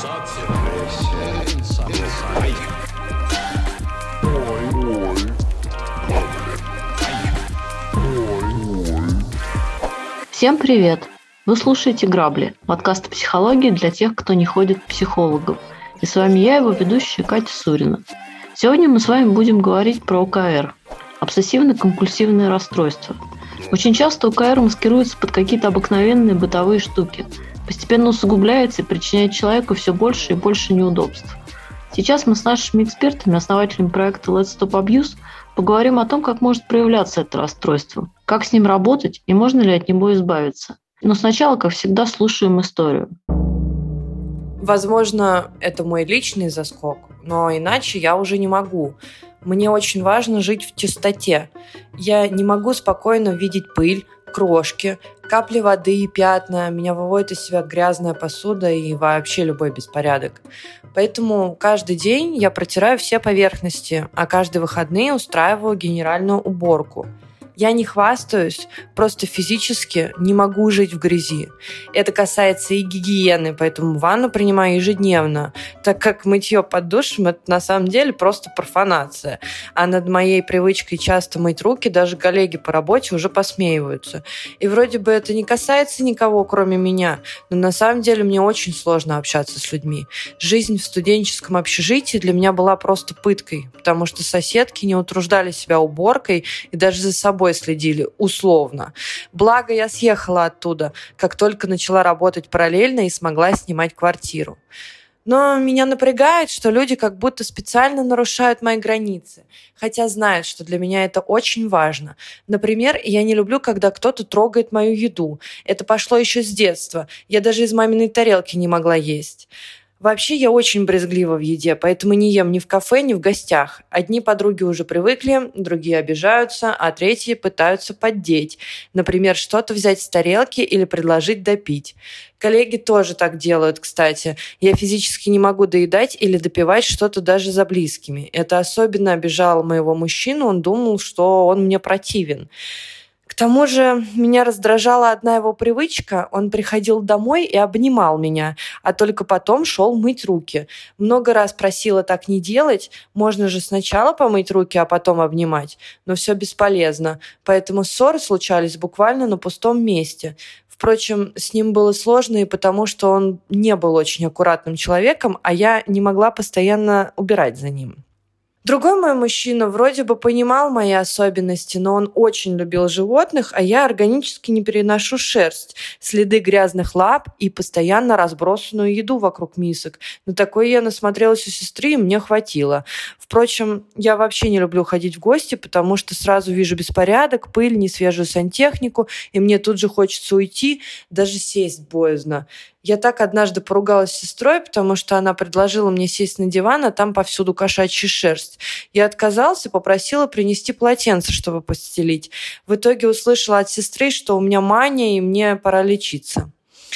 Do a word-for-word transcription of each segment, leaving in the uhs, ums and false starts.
Всем привет! Вы слушаете «Грабли» – подкаст о психологии для тех, кто не ходит к психологам. И с вами я, его ведущая Катя Сурина. Сегодня мы с вами будем говорить про о ка эр – обсессивно-компульсивное расстройство. Очень часто о ка эр маскируется под какие-то обыкновенные бытовые штуки, постепенно усугубляется и причиняет человеку все больше и больше неудобств. Сейчас мы с нашими экспертами, основателями проекта Let's Stop Abuse, поговорим о том, как может проявляться это расстройство, как с ним работать и можно ли от него избавиться. Но сначала, как всегда, слушаем историю. Возможно, это мой личный заскок, но иначе я уже не могу. Мне очень важно жить в чистоте. Я не могу спокойно видеть пыль, крошки, капли воды и пятна. Меня выводит из себя грязная посуда и вообще любой беспорядок. Поэтому каждый день я протираю все поверхности, а каждые выходные устраиваю генеральную уборку. Я не хвастаюсь, просто физически не могу жить в грязи. Это касается и гигиены, поэтому ванну принимаю ежедневно, так как мытье под душем – это на самом деле просто профанация. А над моей привычкой часто мыть руки даже коллеги по работе уже посмеиваются. И вроде бы это не касается никого, кроме меня, но на самом деле мне очень сложно общаться с людьми. Жизнь в студенческом общежитии для меня была просто пыткой, потому что соседки не утруждали себя уборкой и даже за собой следили, условно. Благо, я съехала оттуда, как только начала работать параллельно и смогла снимать квартиру. Но меня напрягает, что люди как будто специально нарушают мои границы, хотя знают, что для меня это очень важно. Например, я не люблю, когда кто-то трогает мою еду. Это пошло еще с детства. Я даже из маминой тарелки не могла есть. Вообще, я очень брезглива в еде, поэтому не ем ни в кафе, ни в гостях. Одни подруги уже привыкли, другие обижаются, а третьи пытаются поддеть. Например, что-то взять с тарелки или предложить допить. Коллеги тоже так делают, кстати. Я физически не могу доедать или допивать что-то даже за близкими. Это особенно обижало моего мужчину, он думал, что он мне противен. К тому же меня раздражала одна его привычка. Он приходил домой и обнимал меня, а только потом шел мыть руки. Много раз просила так не делать. Можно же сначала помыть руки, а потом обнимать. Но все бесполезно. Поэтому ссоры случались буквально на пустом месте. Впрочем, с ним было сложно и потому, что он не был очень аккуратным человеком, а я не могла постоянно убирать за ним. Другой мой мужчина вроде бы понимал мои особенности, но он очень любил животных, а я органически не переношу шерсть, следы грязных лап и постоянно разбросанную еду вокруг мисок. На такое я насмотрелась у сестры, и мне хватило. Впрочем, я вообще не люблю ходить в гости, потому что сразу вижу беспорядок, пыль, несвежую сантехнику, и мне тут же хочется уйти, даже сесть боязно. Я так однажды поругалась с сестрой, потому что она предложила мне сесть на диван, а там повсюду кошачья шерсть. Я отказалась и попросила принести полотенце, чтобы постелить. В итоге услышала от сестры, что у меня мания и мне пора лечиться.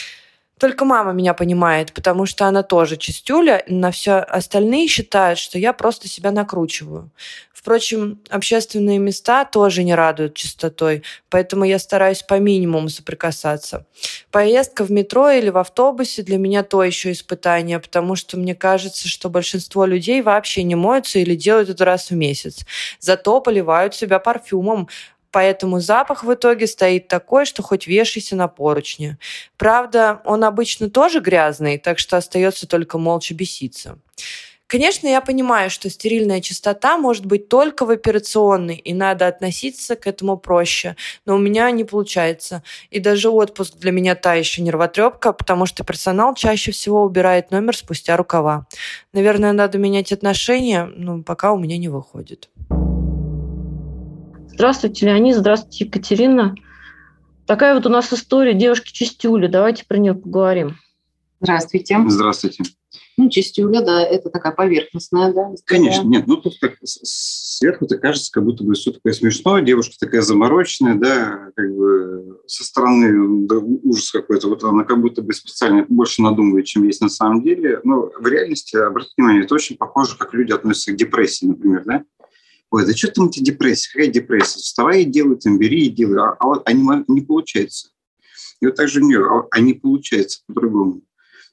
Только мама меня понимает, потому что она тоже чистюля, на все остальные считают, что я просто себя накручиваю. Впрочем, общественные места тоже не радуют чистотой, поэтому я стараюсь по минимуму соприкасаться. Поездка в метро или в автобусе для меня то еще испытание, потому что мне кажется, что большинство людей вообще не моются или делают это раз в месяц. Зато поливают себя парфюмом, поэтому запах в итоге стоит такой, что хоть вешайся на поручни. Правда, он обычно тоже грязный, так что остается только молча беситься. Конечно, я понимаю, что стерильная чистота может быть только в операционной, и надо относиться к этому проще. Но у меня не получается. И даже отпуск для меня та еще нервотрепка, потому что персонал чаще всего убирает номер спустя рукава. Наверное, надо менять отношения, но пока у меня не выходит. Здравствуйте, Леонид. Здравствуйте, Екатерина. Такая вот у нас история девушки-чистюли. Давайте про нее поговорим. Здравствуйте. Здравствуйте. Ну, чистюля, да, это такая поверхностная, да? Конечно, нет, ну тут так сверху-то кажется, как будто бы все такое смешное, девушка такая замороченная, да, как бы со стороны, да, ужас какой-то, вот она как будто бы специально больше надумывает, чем есть на самом деле, но в реальности, обратите внимание, это очень похоже, как люди относятся к депрессии, например, да? Ой, да что там эти депрессии, какая депрессия? Вставай и делай, там, бери и делай, а, а вот они не получается. И вот так же у нее, а не получается по-другому.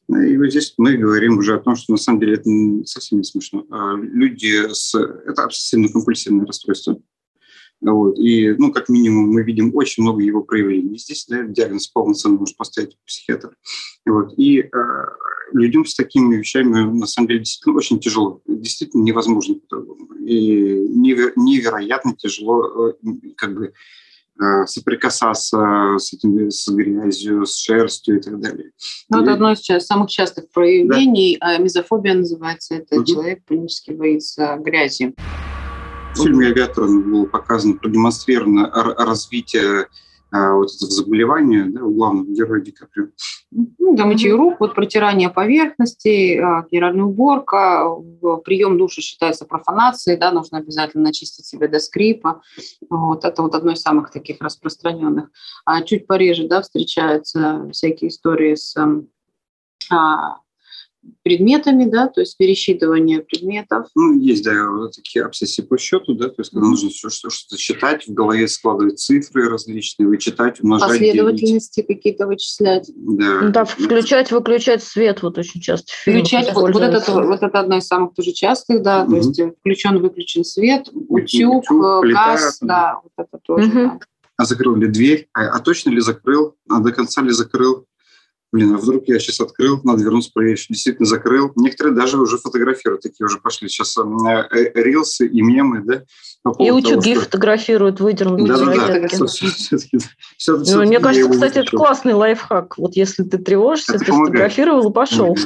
И вот здесь мы говорим уже о том, что на самом деле это совсем не смешно. Люди с... Это обсессивно-компульсивное расстройство. Вот. И, ну, как минимум, мы видим очень много его проявлений. Здесь, да, диагноз полноценно может поставить психиатр. Вот. И э, людям с такими вещами, на самом деле, действительно очень тяжело. Действительно невозможно по-другому. И неверо- невероятно тяжело э, как бы э, соприкасаться с этим, с грязью, с шерстью и так далее. Ну, и... это одно из самых частых проявлений. Да. Мизофобия называется. Это угу. человек панически боится грязи. В фильме «Авиатор» было показано, продемонстрировано развитие а, вот этого заболевания, да, у главного героя Ди Каприо. Ну, да, мытье рук, вот протирание поверхностей, генеральная уборка, прием душа считается профанацией, да, нужно обязательно начистить себя до скрипа. Вот, это вот одно из самых таких распространенных. А чуть пореже, да, встречаются всякие истории с... А, предметами, да, то есть пересчитывание предметов. Ну, есть, да, вот такие обсессии по счету, да, то есть когда mm-hmm. нужно что-то считать, в голове складывать цифры различные, вычитать, умножать, последовательности делить. Какие-то вычислять. Да. Ну, да, включать, выключать свет, вот очень часто. Включать, вот, вот, это, вот это одно из самых тоже частых, да, mm-hmm. то есть включен-выключен свет, утюг, утюг газ, плита, да, вот это тоже, mm-hmm. да. А закрыл ли дверь? А, а точно ли закрыл? А до конца ли закрыл? Блин, а вдруг я сейчас открыл, надо вернуться, проверить, действительно закрыл. Некоторые даже уже фотографируют, такие уже пошли сейчас э, рилсы и мемы, да. И утюги что... фотографируют, выдернут. Да, да, да. Мне кажется, кстати, это классный лайфхак. Вот если ты тревожишься, ты сфотографировал и пошел.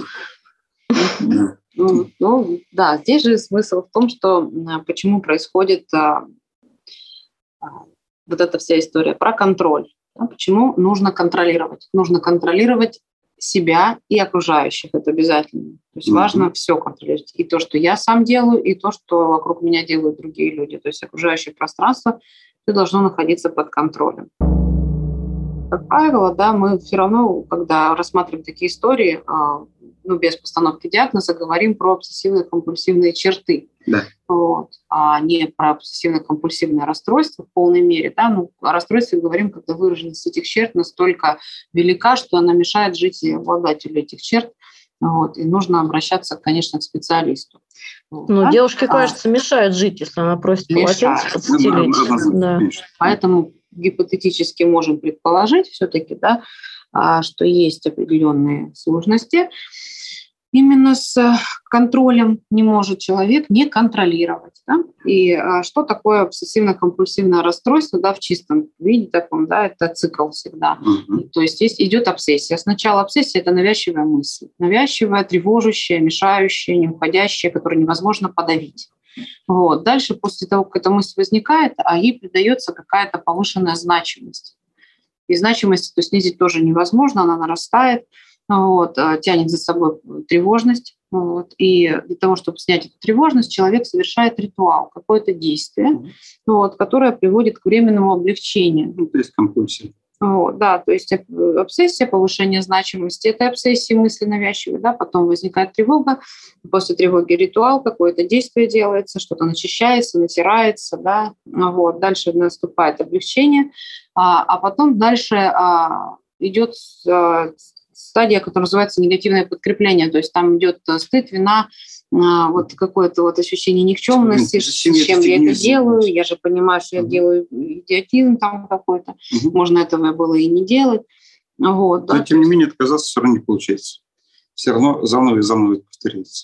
Ну, да, здесь же смысл в том, что почему происходит вот эта вся история про контроль. Почему нужно контролировать? Нужно контролировать себя и окружающих, это обязательно. То есть mm-hmm. важно все контролировать. И то, что я сам делаю, и то, что вокруг меня делают другие люди. То есть окружающее пространство все должно находиться под контролем. Как правило, да, мы все равно, когда рассматриваем такие истории, ну, без постановки диагноза, говорим про обсессивно-компульсивные черты. Да. Вот, а не про обсессивно-компульсивное расстройство в полной мере. Да? Ну, о расстройстве говорим, когда выраженность этих черт настолько велика, что она мешает жить и обладателю этих черт. Вот, и нужно обращаться, конечно, к специалисту. Вот, ну, да? девушке, кажется, а, мешает жить, если она просит полотенце подстелить. Да. Поэтому гипотетически можем предположить все-таки, да, что есть определенные сложности. Именно с контролем не может человек не контролировать. Да? И что такое обсессивно-компульсивное расстройство, да, в чистом виде таком, да, это цикл всегда. Mm-hmm. То есть здесь идет обсессия. Сначала обсессия – это навязчивая мысль. Навязчивая, тревожащая, мешающая, неуходящая, которую невозможно подавить. Вот. Дальше, после того, как эта мысль возникает, а ей придается какая-то повышенная значимость. И значимость то снизить тоже невозможно, она нарастает. Вот, тянет за собой тревожность. Вот, и для того, чтобы снять эту тревожность, человек совершает ритуал, какое-то действие, mm-hmm. вот, которое приводит к временному облегчению. Ну, то есть компульсия. Вот, да, то есть обсессия, повышение значимости этой обсессии, мысли навязчивые, да, потом возникает тревога, после тревоги ритуал, какое-то действие делается, что-то начищается, натирается, да, вот, дальше наступает облегчение, а, а потом дальше а, идет а, стадия, которая называется негативное подкрепление, то есть там идет стыд, вина, вот какое-то вот ощущение никчемности, зачем я это делаю, я же понимаю, что я угу. делаю идиотизм там какой-то, угу. можно этого было и не делать. Вот, но да, тем не менее отказаться все равно не получается. Все равно заново и заново повторяется.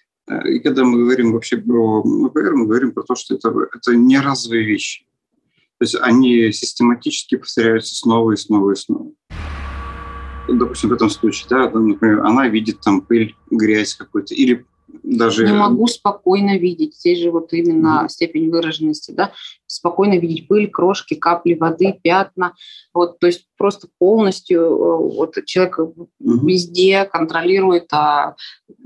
И когда мы говорим вообще про эй пэ эр, мы говорим про то, что это, это не разовые вещи. То есть они систематически повторяются снова и снова и снова. Допустим, в этом случае, да, например, она видит там пыль, грязь какую-то, или даже... Не могу спокойно видеть. Здесь же вот именно mm-hmm. степень выраженности, да, спокойно видеть пыль, крошки, капли воды, пятна. Вот, то есть просто полностью вот, человек mm-hmm. везде контролирует а,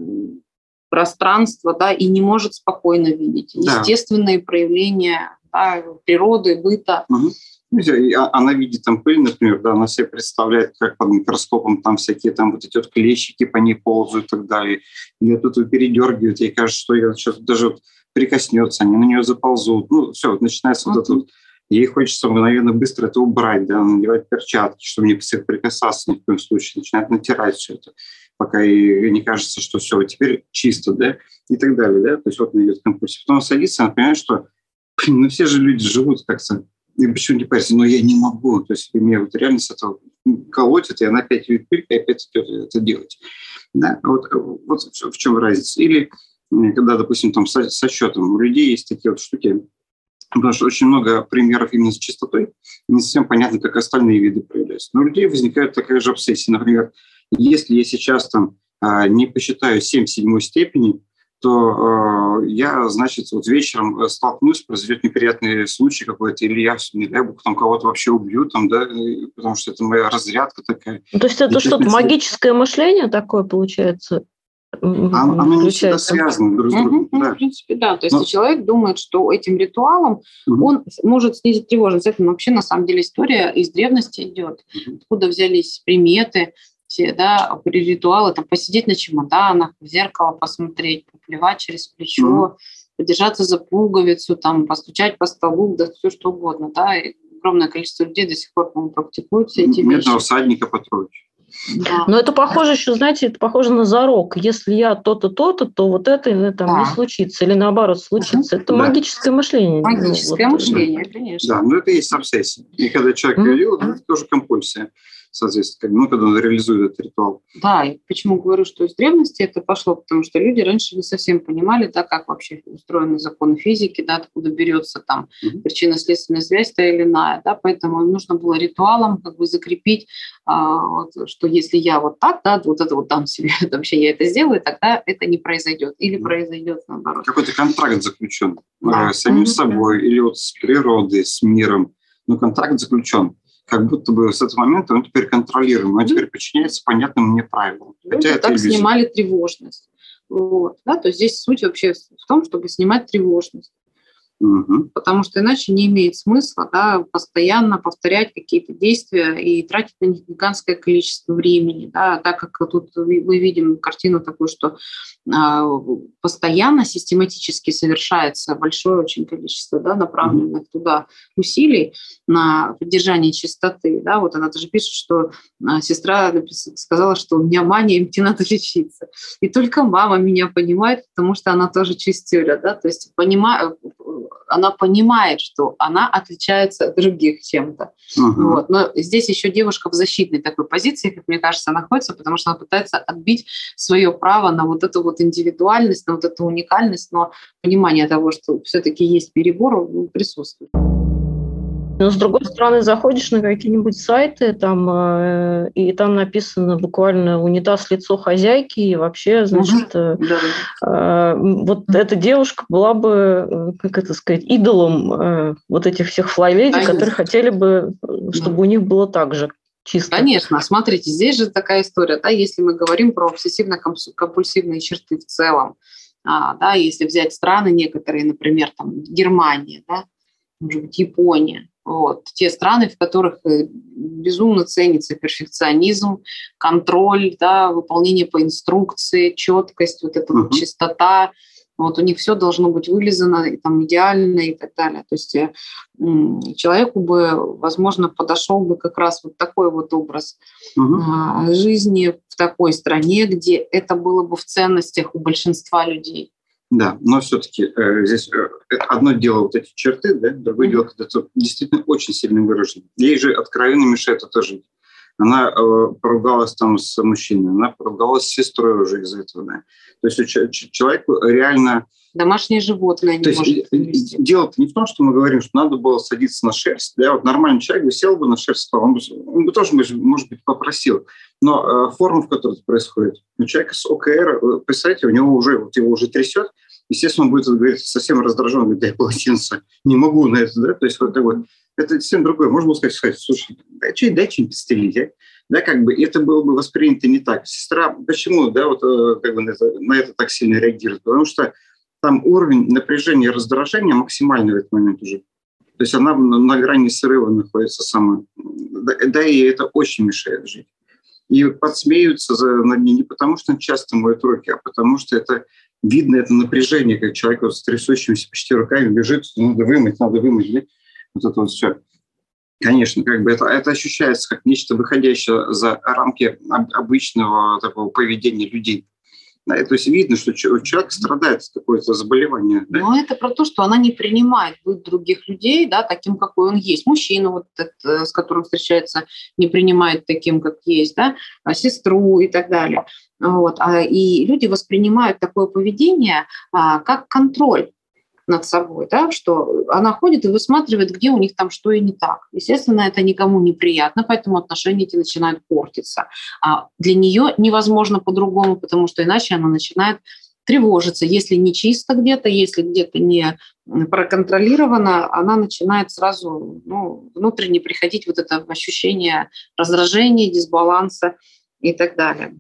пространство, да, и не может спокойно видеть. Да. Естественные проявления, да, природы, быта. Mm-hmm. Она видит там пыль, например, да, она себе представляет, как под микроскопом там всякие там вот эти вот клещики по ней ползают и так далее. Ее тут передергивают, ей кажется, что ее сейчас даже вот прикоснется, они на нее заползут. Ну, все, вот начинается mm-hmm. вот это вот. ей хочется мгновенно быстро это убрать, да, надевать перчатки, чтобы не прикасаться ни в коем случае, начинает натирать все это, пока ей не кажется, что все, теперь чисто, да, и так далее, да, то есть вот она идет в компульсию. Потом она садится, она понимает, что, блин, ну все же люди живут как-то, и почему не париться, но я не могу, то есть мне вот реально с этого колотит, и она опять видит пыль, и опять идет это делать. Да, вот, вот в чем разница. Или когда, допустим, там со, со счетом у людей есть такие вот штуки, потому что очень много примеров именно с чистотой, не совсем понятно, как остальные виды проявляются. Но у людей возникает такая же обсессия. Например, если я сейчас там не посчитаю семь в седьмой степени, то э, я, значит, вот вечером столкнусь, произойдет неприятный случай какой-то, или я, не дай бог, там кого-то вообще убью, там, да, потому что это моя разрядка такая. Ну, то есть это что-то магическое мышление такое получается? Оно, оно не всегда связано друг с другом. Угу, да. В принципе, да. То есть Но... человек думает, что этим ритуалом угу. он может снизить тревожность. Это вообще, на самом деле, история из древности идет. Угу. Откуда взялись приметы, все, да, ритуалы, там, посидеть на чемоданах, в зеркало посмотреть, поплевать через плечо, mm-hmm. подержаться за пуговицу, там, постучать по столу, да, все что угодно, да, и огромное количество людей до сих пор, по-моему, практикуют все эти Метного вещи. всадника потрогать. Да. Но это похоже еще, знаете, это похоже на зарок. Если я то-то, то-то, то вот это или там да. не случится, или наоборот случится. Это да. магическое мышление. Магическое ну, мышление, вот. конечно. Да, но это и есть обсессия. И когда человек ее делает, это тоже компульсия. Соответственно, ну, когда он реализует этот ритуал. Да, и почему говорю, что из древности это пошло, потому что люди раньше не совсем понимали, да, как вообще устроены законы физики, да, откуда берется там mm-hmm. причинно-следственная связь та или иная, да, поэтому им нужно было ритуалом как бы закрепить, а, вот, что если я вот так, да, вот это вот дам себе, вообще я это сделаю, тогда это не произойдет или mm-hmm. произойдет наоборот. Какой-то контракт заключен да. с самим mm-hmm. собой или вот с природой, с миром, но контракт заключен. Как будто бы с этого момента он теперь контролируем, он теперь подчиняется понятным мне правилам. Хотя это так иллюзия. Снимали тревожность. Вот, да? То есть здесь суть вообще в том, чтобы снимать тревожность. Угу. Потому что иначе не имеет смысла, да, постоянно повторять какие-то действия и тратить на них гигантское количество времени. Да, так как тут мы видим картину такую, что а, постоянно, систематически совершается большое очень количество да, направленных угу. туда усилий на поддержание чистоты. Да. Вот она даже пишет, что а, сестра сказала, что у меня мания, идти надо лечиться. И только мама меня понимает, потому что она тоже чистюля. Да, то есть понимаю, она понимает, что она отличается от других чем-то. Uh-huh. Вот. Но здесь еще девушка в защитной такой позиции, как мне кажется, находится, потому что она пытается отбить свое право на вот эту вот индивидуальность, на вот эту уникальность, но понимание того, что все-таки есть перебор, присутствует. Но, с другой стороны, заходишь на какие-нибудь сайты, там, э, и там написано буквально «унитаз, лицо хозяйки», и вообще, значит, э, э, вот эта девушка была бы, как это сказать, идолом э, вот этих всех флай-леди, которые хотели бы, чтобы да. у них было так же чисто. Конечно. Смотрите, здесь же такая история, да, если мы говорим про обсессивно-компульсивные черты в целом, а, да, если взять страны некоторые, например, там, Германия, да, может быть, Япония, вот, те страны, в которых безумно ценится перфекционизм, контроль, да, выполнение по инструкции, четкость, вот эта uh-huh. вот чистота, вот у них все должно быть вылизано, и, там, идеально и так далее. То есть м- человеку бы, возможно, подошел бы как раз вот такой вот образ uh-huh. жизни в такой стране, где это было бы в ценностях у большинства людей. Да, но все-таки э, здесь э, одно дело вот эти черты, да, другое mm-hmm. дело, когда это действительно очень сильно выражено. Ей же откровенно мешает это жить. Она э, поругалась там с мужчиной, она поругалась с сестрой уже из-за этого. Да. То есть ч- ч- человеку реально... Домашнее животное не То может есть вывести. Дело-то не в том, что мы говорим, что надо было садиться на шерсть. Да, вот нормальный человек бы сел бы на шерсть, он бы, он бы тоже, может быть, попросил. Но э, форма, в которой это происходит, у человека с ОКР, представляете, у него уже, вот его уже трясет, естественно, он будет говорить совсем раздражен, говорит, дай полотенце, не могу на это, да, то есть вот такой, это совсем другое. Можно было сказать, сказать слушай, дай что-нибудь, дай что-нибудь постелить, а? Да, как бы это было бы воспринято не так. Сестра, почему, да, вот как бы на это, на это так сильно реагирует? Потому что там уровень напряжения и раздражения максимальный в этот момент уже. То есть она на грани срыва находится сама. Да, да, и это очень мешает жить. И подсмеются над ней не потому, что он часто моет руки, а потому что это видно, это напряжение, как человек вот с трясущимися почти руками бежит, надо вымыть, надо вымыть. Да? вот это вот все. Конечно, как бы это, это ощущается как нечто выходящее за рамки обычного такого поведения людей. Да, то есть видно, что человек страдает от какого-то заболевания. Да? Но это про то, что она не принимает быт других людей, да, таким, какой он есть. Мужчину, вот этот, с которым встречается, не принимает таким, как есть, да, сестру и так далее. Вот. И люди воспринимают такое поведение как контроль над собой, да, что она ходит и высматривает, где у них там что и не так. Естественно, это никому неприятно, поэтому отношения эти начинают портиться. А для нее невозможно по-другому, потому что иначе она начинает тревожиться. Если не чисто где-то, если где-то не проконтролировано, она начинает сразу ну, внутренне приходить вот это ощущение раздражения, дисбаланса и так далее.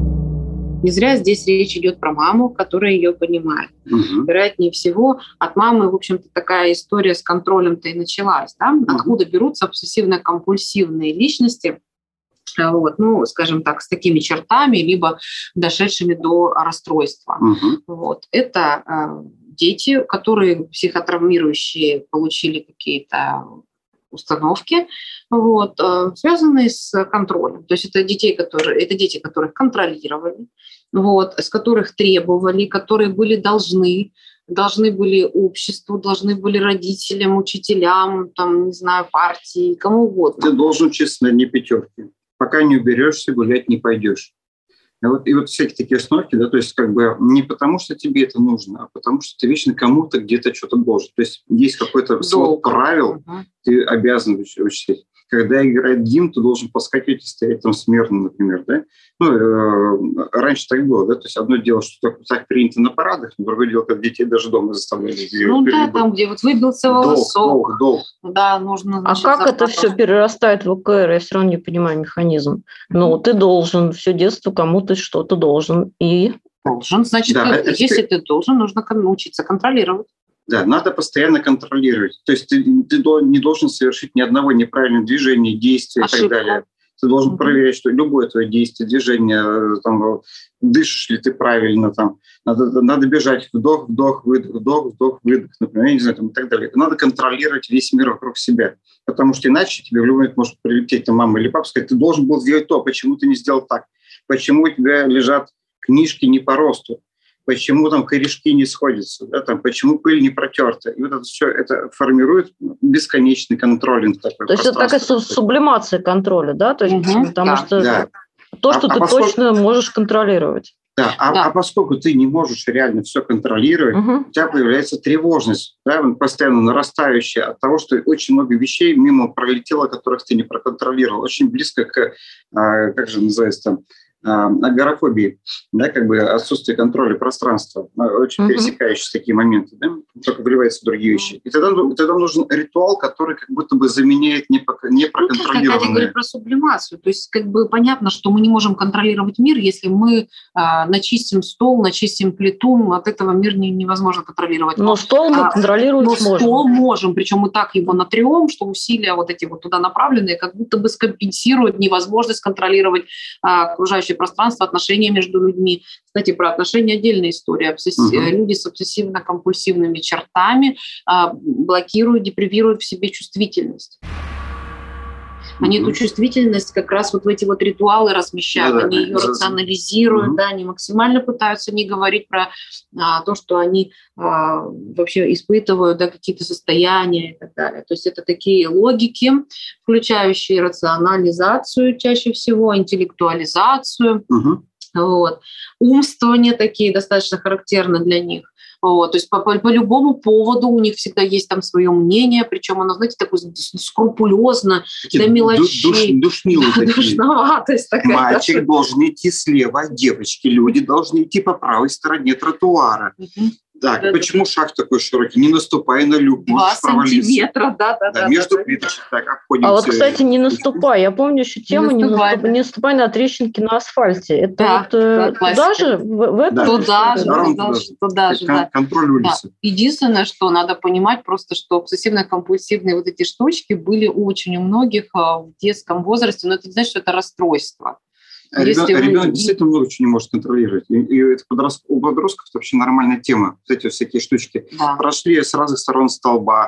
Не зря здесь речь идет про маму, которая ее понимает. Угу. Вероятнее всего, от мамы, в общем-то, такая история с контролем-то и началась. Да? Угу. Откуда берутся обсессивно-компульсивные личности, вот, ну, скажем так, с такими чертами, либо дошедшими до расстройства. Угу. Вот. Это э, дети, которые психотравмирующие, получили какие-то установки, вот, связанные с контролем. То есть это, детей, которые, это дети, которых контролировали, вот, с которых требовали, которые были должны, должны были обществу, должны были родителям, учителям, там, не знаю, партии, кому угодно. Ты должен учиться на дне пятерки. Пока не уберешься, гулять не пойдешь. И вот, и вот всякие такие установки, да, то есть как бы не потому, что тебе это нужно, а потому, что ты вечно кому-то где-то что-то должен. То есть есть какой-то свод правил, uh-huh. ты обязан учить. Когда играет гимн, ты должен поскакивать и стоять там смирно, например, да. Ну, э, раньше так было, да, то есть одно дело, что так принято на парадах, другое дело, когда детей даже дома заставляли. Ну да, там, где вот выбился волосок. Долг, долг, долг. Да, нужно... Значит, а как зарплату. Это все перерастает в ОКР? Я все равно не понимаю механизм. Ну, ты должен, все детство кому-то что-то должен, и... Должен, значит, да, ты, если ты должен, нужно научиться контролировать. Да, надо постоянно контролировать. То есть ты, ты не должен совершить ни одного неправильного движения, действия Ошибка. И так далее. Ты должен mm-hmm. проверять, что любое твое действие, движение, там, дышишь ли ты правильно, там, надо, надо бежать, вдох, вдох, выдох, вдох, вдох, выдох, например, я не знаю, там, и так далее. Надо контролировать весь мир вокруг себя, потому что иначе тебе в любой момент может прилететь там, мама или папа, сказать, ты должен был сделать то, почему ты не сделал так, почему у тебя лежат книжки не по росту, почему там корешки не сходятся, да, там, почему пыль не протерта. И вот это все это формирует бесконечный контролинг. Такой. То есть это такая сублимация контроля, да? То есть, угу, потому да, что да. то, что а, ты а поскольку... точно можешь контролировать. Да, а, да. а поскольку ты не можешь реально все контролировать, угу. у тебя появляется тревожность, да, постоянно нарастающая от того, что очень много вещей мимо пролетело, которых ты не проконтролировал. Очень близко к, а, как же называется там, агорафобии, да, как бы отсутствие контроля пространства, очень uh-huh. пересекающиеся такие моменты, да, только вливаются в другие вещи. И тогда, тогда нужен ритуал, который как будто бы заменяет непроконтролированное. Ну, я говорю про сублимацию. То есть как бы понятно, что мы не можем контролировать мир, если мы а, начистим стол, начистим плиту, от этого мир не, невозможно контролировать. Но стол мы а, контролировать но можем. Стол можем, причем мы так его натрем, что усилия вот эти вот туда направленные как будто бы скомпенсируют невозможность контролировать а, окружающее пространство, отношения между людьми. Кстати, про отношения отдельная история. Обсесс... Uh-huh. Люди с обсессивно-компульсивными чертами а, блокируют, депривируют в себе чувствительность. Они uh-huh. эту чувствительность как раз вот в эти вот ритуалы размещают, yeah, они yeah, ее yeah. рационализируют, uh-huh. да, они максимально пытаются не говорить про а, то, что они а, вообще испытывают, да, какие-то состояния и так далее. То есть это такие логики, включающие рационализацию чаще всего, интеллектуализацию, uh-huh. вот. Умствования такие достаточно характерны для них. Вот, то есть по, по, по любому поводу у них всегда есть там свое мнение, причем оно, знаете, такое скрупулезно, до мелочей. Душ, душнилые такие. Душноватость такая. Мальчик да. должен идти слева, а девочки, люди должны идти по правой стороне тротуара. Угу. Так, да, почему да. шаг такой широкий? Не наступай на люк, можешь провалиться. Два сантиметра, да-да-да. Да, между да, плиточек да. так обходимся. А вот, кстати, не наступай. Я помню еще тему «Не наступай, не, да. не наступай на трещинки на асфальте». Это да, вот да, туда же? В, в этом? Да. Туда же, да. туда же, туда же, да. Контроль улицы. Да. Единственное, что надо понимать просто, что обсессивно-компульсивные вот эти штучки были очень у многих в детском возрасте, но это не значит, что это расстройство. А ребенок, вы... ребенок действительно много чего не может контролировать. И, и это подростк, у подростков это вообще нормальная тема. Вот эти всякие штучки. Да. Прошли с разных сторон столба,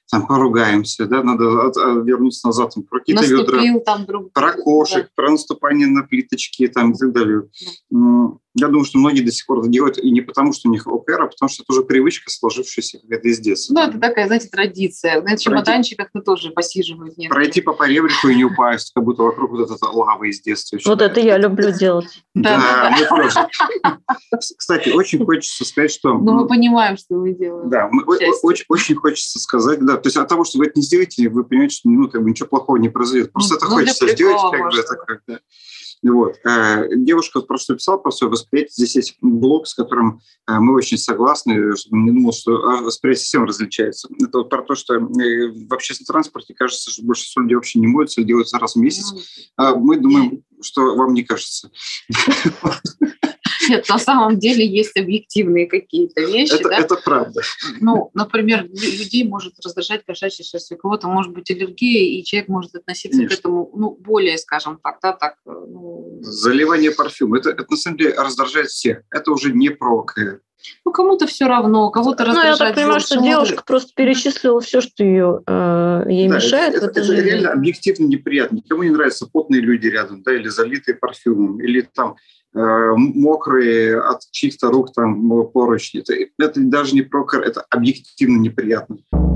там поругаемся, да, надо от, от, вернуться назад, там, про какие-то ведра, там друг... про кошек, да. Про наступание на плиточки там, и так далее. Да. Я думаю, что многие до сих пор это делают, и не потому, что у них ОКР, а потому что это уже привычка, сложившаяся какая-то из детства. Ну, это такая, знаете, традиция. На чемоданчиках ну, тоже посиживают. Некоторые. Пройти по поребрику и не упасть, как будто вокруг вот эта лава из детства. Вот это я люблю делать. Да, мы тоже. Кстати, очень хочется сказать, что... Ну, мы понимаем, что вы делаете. Да, очень хочется сказать, да, то есть от того, что вы это не сделаете, вы понимаете, что ну, как бы ничего плохого не произойдет. Просто это хочется сделать, как бы это как-то... Вот. Девушка просто писала про свое восприятие. Здесь есть блог, с которым мы очень согласны, чтобы не думал, что восприятие всем различается. Это вот про то, что в общественном транспорте кажется, что большинство людей вообще не моются, делают раз в месяц. А мы думаем, что вам не кажется. Нет, на самом деле есть объективные какие-то вещи. Это, да? это правда. Ну, например, людей может раздражать кошачья шерсть, у кого-то может быть аллергия, и человек может относиться Конечно. К этому, ну, более, скажем так, да, так. Ну... Заливание парфюма, это, это на самом деле раздражает всех. Это уже не про ОКР. Ну, кому-то все равно, кого-то ну, раздражает. Ну, я так понимаю, что девушка может... просто перечислила все, что ее, э, ей да, мешает. Это, это, это реально объективно неприятно. Никому не нравятся потные люди рядом, да, или залитые парфюмом, или там мокрые от чьих-то рук там поручни. Это, это даже не про ОКР, это объективно неприятно.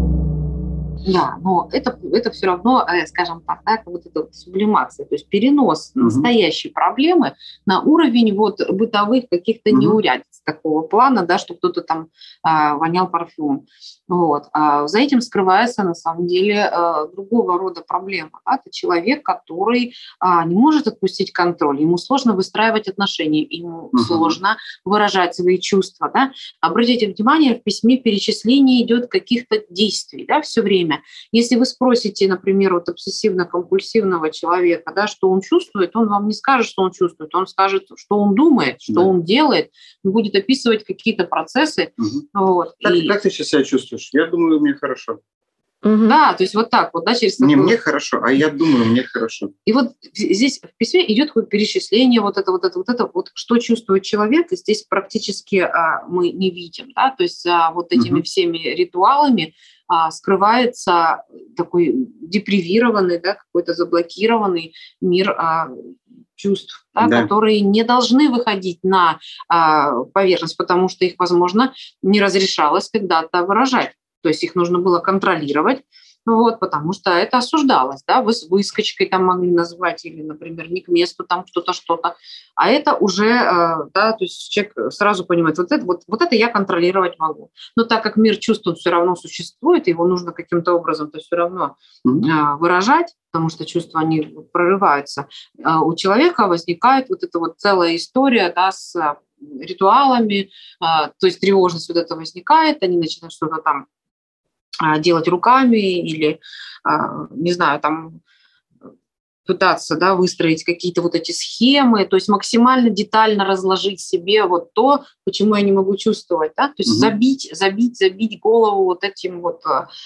Да, но это, это все равно, скажем так, да, как вот эта вот сублимация, то есть перенос угу. настоящей проблемы на уровень вот бытовых каких-то угу. неурядиц такого плана, да, что кто-то там а, вонял парфюмом. Вот. А за этим скрывается на самом деле а, другого рода проблема. Да? Это человек, который а, не может отпустить контроль, ему сложно выстраивать отношения, ему угу. сложно выражать свои чувства. Да? Обратите внимание, в письме перечисление идет каких-то действий, да, все время. Если вы спросите, например, вот обсессивно-компульсивного человека, да, что он чувствует, он вам не скажет, что он чувствует, он скажет, что он думает, что да. он делает, он будет описывать какие-то процессы. Угу. Вот. Как, И... как ты сейчас себя чувствуешь? Я думаю, мне хорошо. Угу. Да, то есть вот так вот, да, через Не такую... мне хорошо, а я думаю, мне хорошо. И вот здесь в письме идет такое перечисление, вот это, вот это, вот это, вот что чувствует человек, и здесь практически а, мы не видим, да, то есть а, вот этими угу. всеми ритуалами а, скрывается такой депривированный, да, какой-то заблокированный мир а, чувств, да, да. которые не должны выходить на а, поверхность, потому что их, возможно, не разрешалось когда-то выражать. То есть их нужно было контролировать, вот, потому что это осуждалось. Да? Вы с выскочкой там могли назвать или, например, не к месту там что-то, что-то. А это уже, да, то есть человек сразу понимает, вот это, вот, вот это я контролировать могу. Но так как мир чувств все равно существует, его нужно каким-то образом то все равно mm-hmm. выражать, потому что чувства, они прорываются. У человека возникает вот эта вот целая история, да, с ритуалами, то есть тревожность вот это возникает, они начинают что-то там делать руками или, не знаю, там пытаться, да, выстроить какие-то вот эти схемы, то есть максимально детально разложить себе вот то, почему я не могу чувствовать, да, то есть угу. забить, забить, забить голову вот этим вот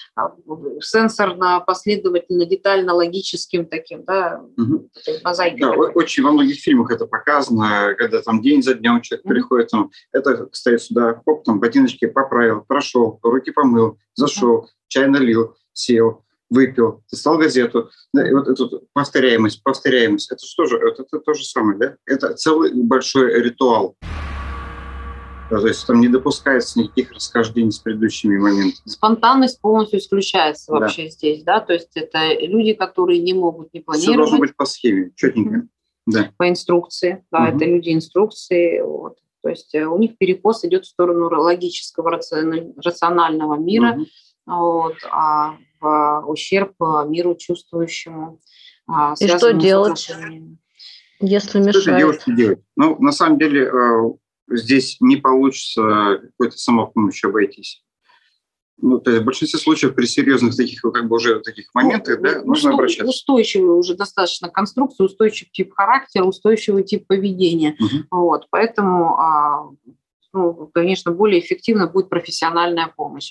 сенсорно-последовательно, детально-логическим таким, да, угу. мозаикой. Да, очень во многих фильмах это показано, когда там день за днем человек угу. приходит, там, это, кстати, сюда, хоп, там ботиночки поправил, прошел, руки помыл, зашел, угу. чай налил, сел, выпил, достал газету. Да, и вот эту повторяемость, повторяемость, это что же, это, это то же самое, да? Это целый большой ритуал. Да, то есть там не допускается никаких расхождений с предыдущими моментами. Спонтанность полностью исключается да. вообще здесь, да? То есть это люди, которые не могут не планировать. Все должно быть по схеме, четенько. Mm-hmm. Да. По инструкции, да, mm-hmm. это люди инструкции, вот. То есть у них перекос идет в сторону логического, рационального мира, mm-hmm. вот, а в ущерб миру чувствующему. И что делать, если мешает? Что девушке делать? Ну, на самом деле, здесь не получится какой-то самопомощью обойтись. Ну, то есть в большинстве случаев при серьезных таких, как бы уже таких моментах, ну, да, нужно обращаться. Устойчивый уже достаточно конструкция, устойчивый тип характера, устойчивый тип поведения. Угу. Вот, поэтому, ну, конечно, более эффективно будет профессиональная помощь.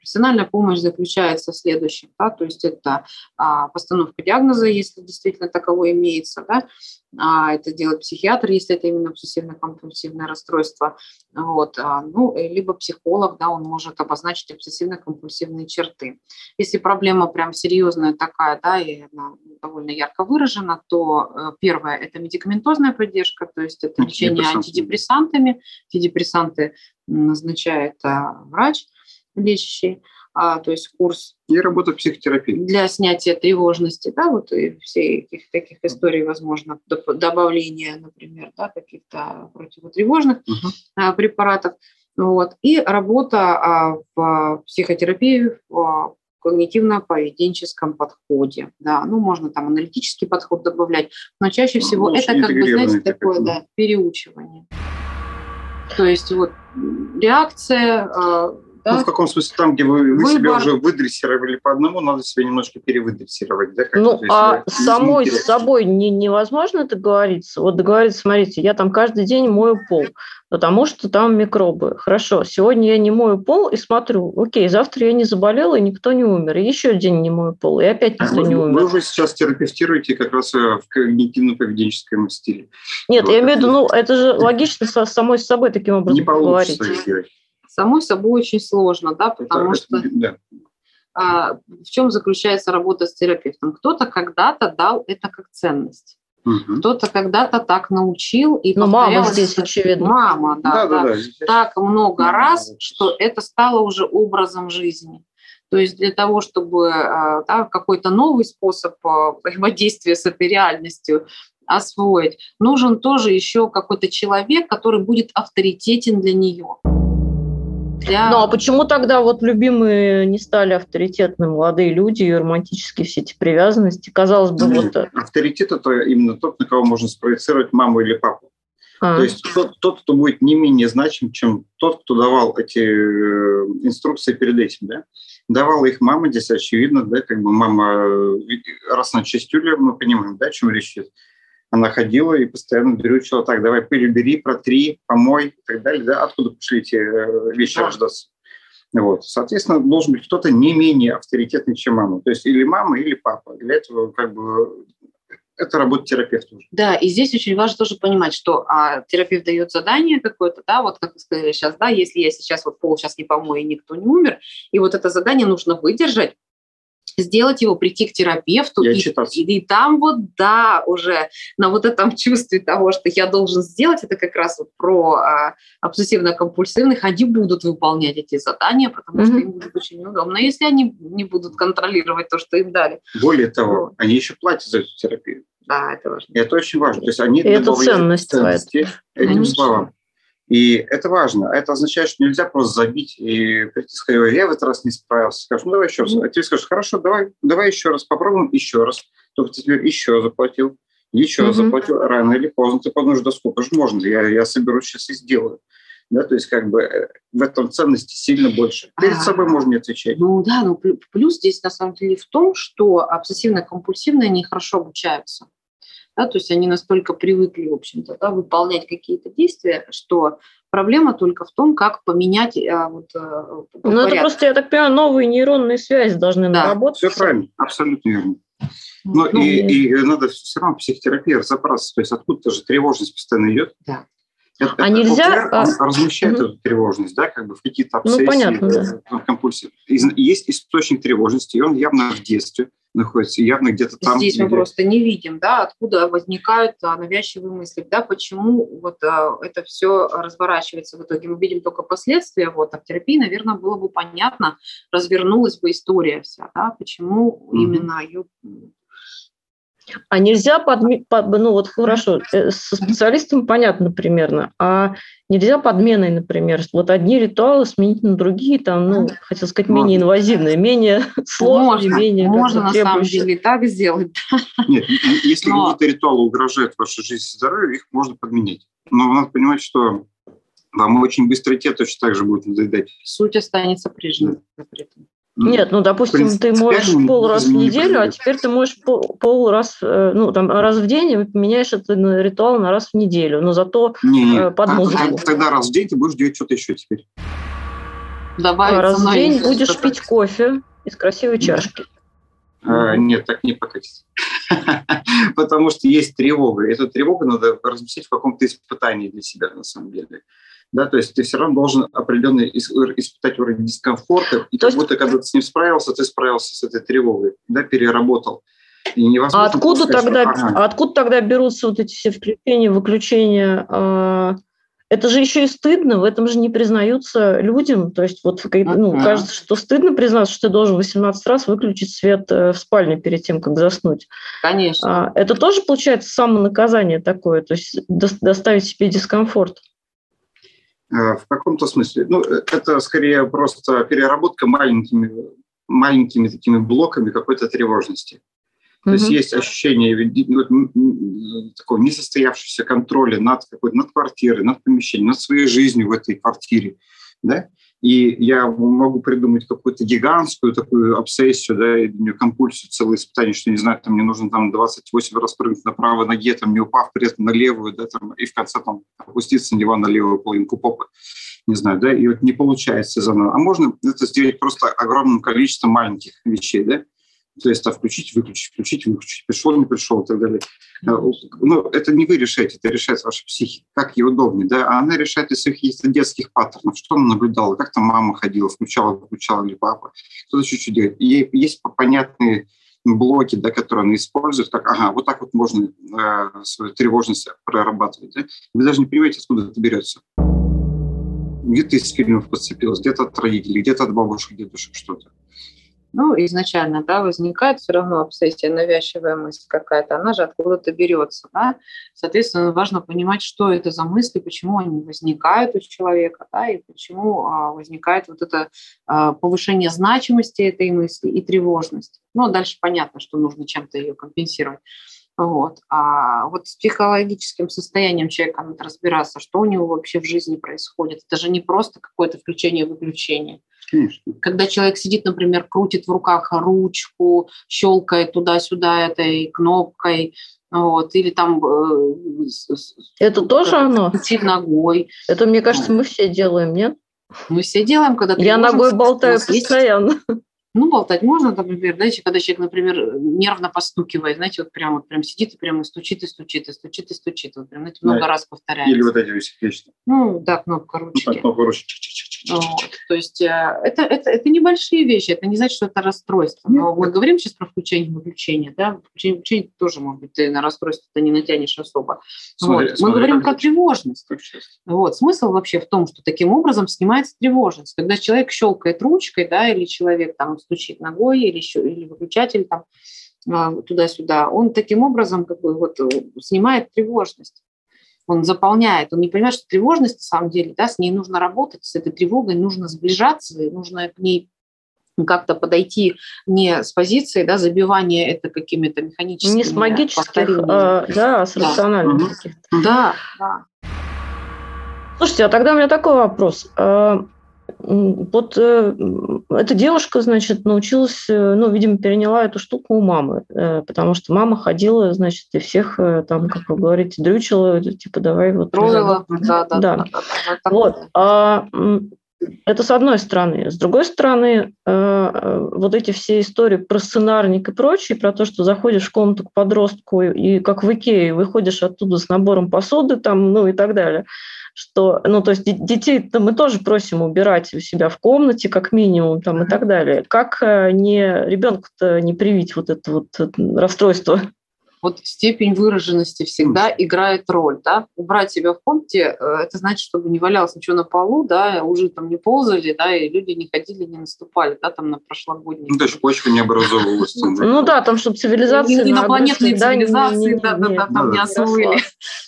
Профессиональная помощь заключается в следующем, да, то есть это а, постановка диагноза, если действительно таковой имеется, да, а, это делает психиатр, если это именно обсессивно-компульсивное расстройство, вот, а, ну, либо психолог, да, он может обозначить обсессивно-компульсивные черты. Если проблема прям серьезная такая, да, и она довольно ярко выражена, то э, первое – это медикаментозная поддержка, то есть это лечение антидепрессантами. Антидепрессанты назначает а, врач лечащий, а, то есть курс. И работа психотерапии. Для снятия тревожности, да, вот и всех таких историй, возможно, добавление, например, да, каких-то противотревожных uh-huh. а, препаратов. Вот. И работа а, в психотерапии в когнитивно-поведенческом подходе. Да. Ну, можно там аналитический подход добавлять, но чаще всего ну, это, как бы, знаете, такое да, переучивание. То есть вот реакция... Да? Ну, в каком смысле, там, где вы, вы себя уже выдрессировали по одному, надо себя немножко перевыдрессировать. Да, ну, а самой с собой не, невозможно договориться? Вот договориться, смотрите, я там каждый день мою пол, потому что там микробы. Хорошо, сегодня я не мою пол и смотрю, окей, завтра я не заболела, и никто не умер. И еще день не мою пол, и опять никто вы, не умер. Вы уже сейчас терапевтируете как раз в когнитивно-поведенческом стиле. Нет, вот. Я имею в виду, ну, это же логично со, самой с собой таким образом не говорить. Самой собой очень сложно, да, потому это, что да. а, в чем заключается работа с терапевтом? Кто-то когда-то дал это как ценность, угу. кто-то когда-то так научил и ну, мама здесь очевидно. Мама, да, да, да, да, да. так много да, раз, да. что это стало уже образом жизни. То есть для того, чтобы да, какой-то новый способ взаимодействия с этой реальностью освоить, нужен тоже еще какой-то человек, который будет авторитетен для нее. Для... Ну, а почему тогда вот любимые не стали авторитетны молодые люди и романтические все эти привязанности? Казалось бы, ну, вот... Авторитет – это именно тот, на кого можно спроецировать маму или папу. А. То есть тот, тот, кто будет не менее значим, чем тот, кто давал эти инструкции перед этим, да? Давала их мама, здесь очевидно, да, как бы мама, раз она чистюля, мы понимаем, да, о чем речь идет. Она ходила и постоянно дрючила, так, давай пыль убери, протри, помой и так далее. Да? Откуда пошли эти вещи рождаться? Вот. Соответственно, должен быть кто-то не менее авторитетный, чем мама. То есть или мама, или папа. Для этого как бы это работа терапевта уже. Да, и здесь очень важно тоже понимать, что а, терапевт дает задание какое-то, да, вот как вы сказали сейчас, да, если я сейчас вот пол сейчас не помою, и никто не умер, и вот это задание нужно выдержать, сделать его, прийти к терапевту, и, и, и там вот, да, уже на вот этом чувстве того, что я должен сделать, это как раз вот про а, обсессивно-компульсивных, они будут выполнять эти задания, потому mm-hmm. что им будет очень удобно, если они не будут контролировать то, что им дали. Более того, вот. Они еще платят за эту терапию. Да, это важно. И это очень важно. То есть они это ценность ценности этим словам. И это важно. Это означает, что нельзя просто забить и прийти и сказать, я в этот раз не справился. Скажешь, ну давай еще раз. А тебе скажешь, хорошо, давай, давай еще раз, попробуем еще раз. Только ты теперь еще заплатил, еще mm-hmm. заплатил. Рано или поздно ты подумаешь, да сколько же можно, я, я соберу сейчас и сделаю. Да, то есть как бы в этом ценности сильно больше. Перед собой можно не отвечать. Ну да, ну плюс здесь на самом деле в том, что обсессивно-компульсивные, они хорошо обучаются. Да, то есть они настолько привыкли, в общем-то, да, выполнять какие-то действия, что проблема только в том, как поменять а, вот, ну, порядок. Это просто, я так понимаю, новые нейронные связи должны да. наработать. Все правильно, абсолютно верно. Но ну, и, и надо все равно в психотерапии разобраться, то есть откуда-то же тревожность постоянно идет. Да. Это, а это нельзя... Он размещает угу. эту тревожность, да, как бы в какие-то обсессии, ну, понятно, да. компульсии. Есть источник тревожности, и он явно в детстве находится, явно где-то там. Здесь мы просто не видим, да, откуда возникают а, навязчивые мысли, да, почему вот а, это все разворачивается в итоге. Мы видим только последствия, вот, а в терапии, наверное, было бы понятно, развернулась бы история вся, да, почему mm-hmm. именно ее... А нельзя, подме... под... ну вот хорошо, со специалистом понятно примерно, а нельзя подменой, например, вот одни ритуалы сменить на другие, там, ну, хотел сказать, можно. Менее инвазивные, менее сложные, можно, менее... Можно на самом деле так сделать. Нет, если Но... какие-то ритуалы угрожают вашей жизни и здоровью, их можно подменять. Но надо понимать, что вам очень быстро те точно так же будет надоедать. Суть останется прежней при этом. Нет, ну, допустим, ты можешь пол раз в неделю, а теперь ты можешь пол, пол раз, ну, там, раз в день, и поменяешь этот ритуал на раз в неделю, но зато не, не. под музыку. Тогда раз в день ты будешь делать что-то еще теперь. добавить. Раз в день будешь пить кофе из красивой чашки. А, нет, так не покатится. Потому что есть тревога. Эту тревогу надо разместить в каком-то испытании для себя, на самом деле. Да, то есть ты все равно должен определенный испытать уровень дискомфорта, и как будто, когда ты с ним справился, ты справился с этой тревогой, да, переработал. А откуда, сказать, тогда, что, ага. откуда тогда берутся вот эти все включения, выключения? Это же еще и стыдно, в этом же не признаются людям. То есть вот ну, uh-huh. кажется, что стыдно признаться, что ты должен восемнадцать раз выключить свет в спальне перед тем, как заснуть. Конечно. Это тоже, получается, самонаказание такое, то есть доставить себе дискомфорт. В каком-то смысле. Ну, это скорее просто переработка маленькими, маленькими такими блоками какой-то тревожности. То есть есть ощущение такого несостоявшегося контроля над, какой-то, над квартирой, над помещением, над своей жизнью в этой квартире. Да? И я могу придумать какую-то гигантскую такую обсессию, да, или компульсию, целое испытание, что, не знаю, там, мне нужно там, двадцать восемь раз прыгнуть на правой ноге, там, не упав при этом на левую, да, там, и в конце там, опуститься на диван на левую половинку попы. Не знаю, да, и вот не получается заново. А можно это сделать просто огромным количеством маленьких вещей, да? То есть а включить, выключить, включить, выключить, пришел, не пришел и так далее. Но это не вы решаете, это решает ваша психика, как ей удобнее. Да? А она решает из своих есть детских паттернов, что она наблюдала, как там мама ходила, включала, выключала, или папа, кто-то чуть-чуть делает. И есть понятные блоки, да, которые она использует, как, ага, вот так вот можно э, свою тревожность прорабатывать. Да? Вы даже не понимаете, откуда это берется. Где-то из фильмов подцепилось, где-то от родителей, где-то от бабушек, дедушек что-то. Ну, изначально, да, возникает все равно обсессия, навязчивая мысль какая-то, она же откуда-то берется, да. Соответственно, важно понимать, что это за мысли, почему они возникают у человека, да, и почему а, возникает вот это а, повышение значимости этой мысли и тревожность. Ну, дальше понятно, что нужно чем-то ее компенсировать. Вот. А вот с психологическим состоянием человека надо разбираться, что у него вообще в жизни происходит. Это же не просто какое-то включение-выключение. Конечно. Когда человек сидит, например, крутит в руках ручку, щелкает туда-сюда этой кнопкой, вот, или там... Это тоже оно? Крутит ногой. Это, мне кажется, мы все делаем, нет? Мы все делаем, когда... Я ногой болтаю постоянно. Есть... Ну, болтать можно, например, знаете, когда человек, например, нервно постукивает, знаете, вот прям, вот прям сидит и прям и стучит, и стучит, и стучит, и стучит. Вот прям, знаете, много да. раз повторяется. Или вот эти вещи. Ну, да, кнопка ручки. Ну, кнопка ручки. Вот. То есть это, это, это небольшие вещи, это не значит, что это расстройство. Но Нет. мы говорим сейчас про включение-выключение, да, включение-выключение тоже, может быть, ты на расстройство-то не натянешь особо. Смотри, вот. смотри, мы говорим про тревожность. Вот. Смысл вообще в том, что таким образом снимается тревожность. Когда человек щелкает ручкой, да, или человек там стучит ногой, или, или выключатель там туда-сюда, он таким образом как бы вот снимает тревожность. Он заполняет, он не понимает, что тревожность на самом деле, да, с ней нужно работать, с этой тревогой нужно сближаться, нужно к ней как-то подойти не с позиции, да, забивания это какими-то механическими не с магических, а, да, а с да. рациональных угу. каких-то. Да, да. Слушайте, а тогда у меня такой вопрос. Вот э, эта девушка, значит, научилась, ну, видимо, переняла эту штуку у мамы, э, потому что мама ходила, значит, и всех э, там, как вы говорите, дрючила, типа, давай вот... Троллила, да, да, да. да. да. Вот. А, это с одной стороны. С другой стороны, э, вот эти все истории про сценарник и прочее, про то, что заходишь в комнату к подростку и как в Икее выходишь оттуда с набором посуды, там, ну и так далее, что, ну, то есть детей-то мы тоже просим убирать у себя в комнате, как минимум, там, и так далее. Как не ребенку-то не привить вот это вот расстройство? Вот степень выраженности всегда играет роль, да. Убрать себя в комнате, это значит, чтобы не валялось ничего на полу, да, уже там не ползали, да, и люди не ходили, не наступали, да, там на прошлогодние. Ну, даже почва не образовывалась. Ну да, там, чтобы цивилизация... Инопланетные цивилизации, да-да-да, там не освоили.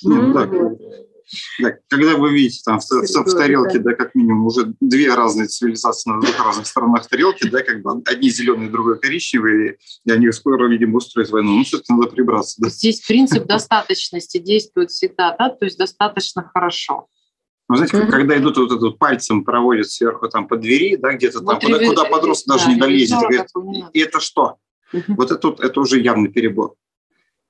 Да, когда вы видите там в, в, в тарелке, да, как минимум уже две разные цивилизации на двух разных сторонах тарелки, да, как бы одни зеленые, другой коричневые, и они скоро, видимо, устроят войну. Ну, все-таки надо прибраться. Да. Здесь принцип достаточности действует всегда, да, то есть достаточно хорошо. Вы знаете, mm-hmm. когда идут вот этот пальцем проводят сверху там по двери, да, где-то там, вот куда, куда подросток да, даже не долезет, говорит, и это что? Mm-hmm. Вот это, это уже явный перебор.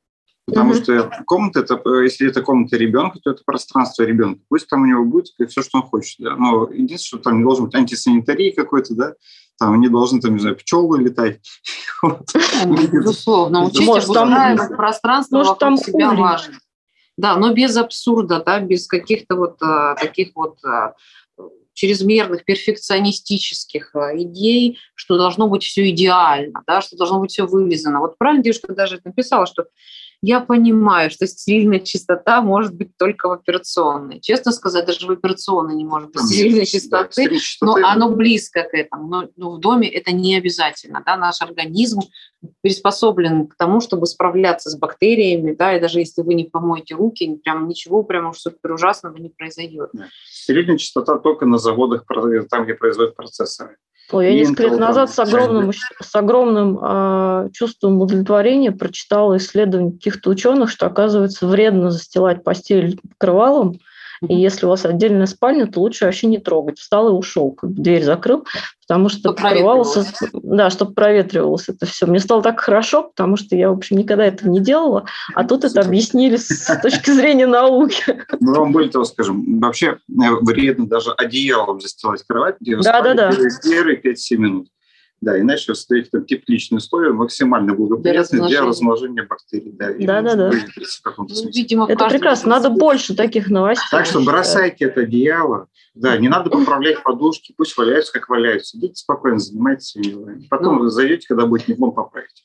Потому Мгм. что комната, это, э, если это комната ребенка, то это пространство ребенка. Пусть там у него будет все, что он хочет. Да? Но единственное, что там не должен быть антисанитарии какой-то, да, там не должны, там, не знаю, пчелы летать. Вот. Ну, безусловно, учить Может, там- обустраивать пространство может, там вокруг себя угли. важно. Да, но без абсурда, да, без каких-то вот а, таких вот а, чрезмерных перфекционистических а, идей, что должно быть все идеально, да, что должно быть все вылизано. Вот правильно девушка даже написала, что я понимаю, что стерильная чистота может быть только в операционной. Честно сказать, даже в операционной не может быть Там, стерильной да, чистоты, стерильной но чистоты, оно близко к этому. Но, но в доме это не обязательно. Да? Наш организм приспособлен к тому, чтобы справляться с бактериями, да, и даже если вы не помоете руки, прям ничего прям уж супер ужасного не произойдет. да. Стерильная чистота только на заводах, там, где производят процессоры. Ой, я И несколько лет Intel назад там, с огромным, с огромным э, чувством удовлетворения прочитала исследование каких-то ученых, что, оказывается, вредно застилать постель покрывалом, и если у вас отдельная спальня, то лучше вообще не трогать. Встал и ушел, как бы дверь закрыл, потому что Чтоб покрывало... проветривалось. Да, чтобы проветривалось это все. Мне стало так хорошо, потому что я, в общем, никогда этого не делала, а тут это объяснили с точки зрения науки. Мы вам более того скажем, вообще э, вредно даже одеялом застилать кровать, где вы Да, спали да, да. первые- первые пять-семь минут. Да, иначе вы создаете там тепличные условия, максимально благоприятные для размножения. размножения бактерий. Да, и Да, да, да. выветриться в каком-то Ну, смысле. видимо, в Это каждом прекрасно. из Надо нас- больше таких новостей. Так что я считаю. бросайте это одеяло. Да, не надо поправлять подушки, пусть валяются, как валяются. Идите спокойно, занимайтесь своими делами. Потом Ну. вы зайдете, когда будет неплохо, поправить.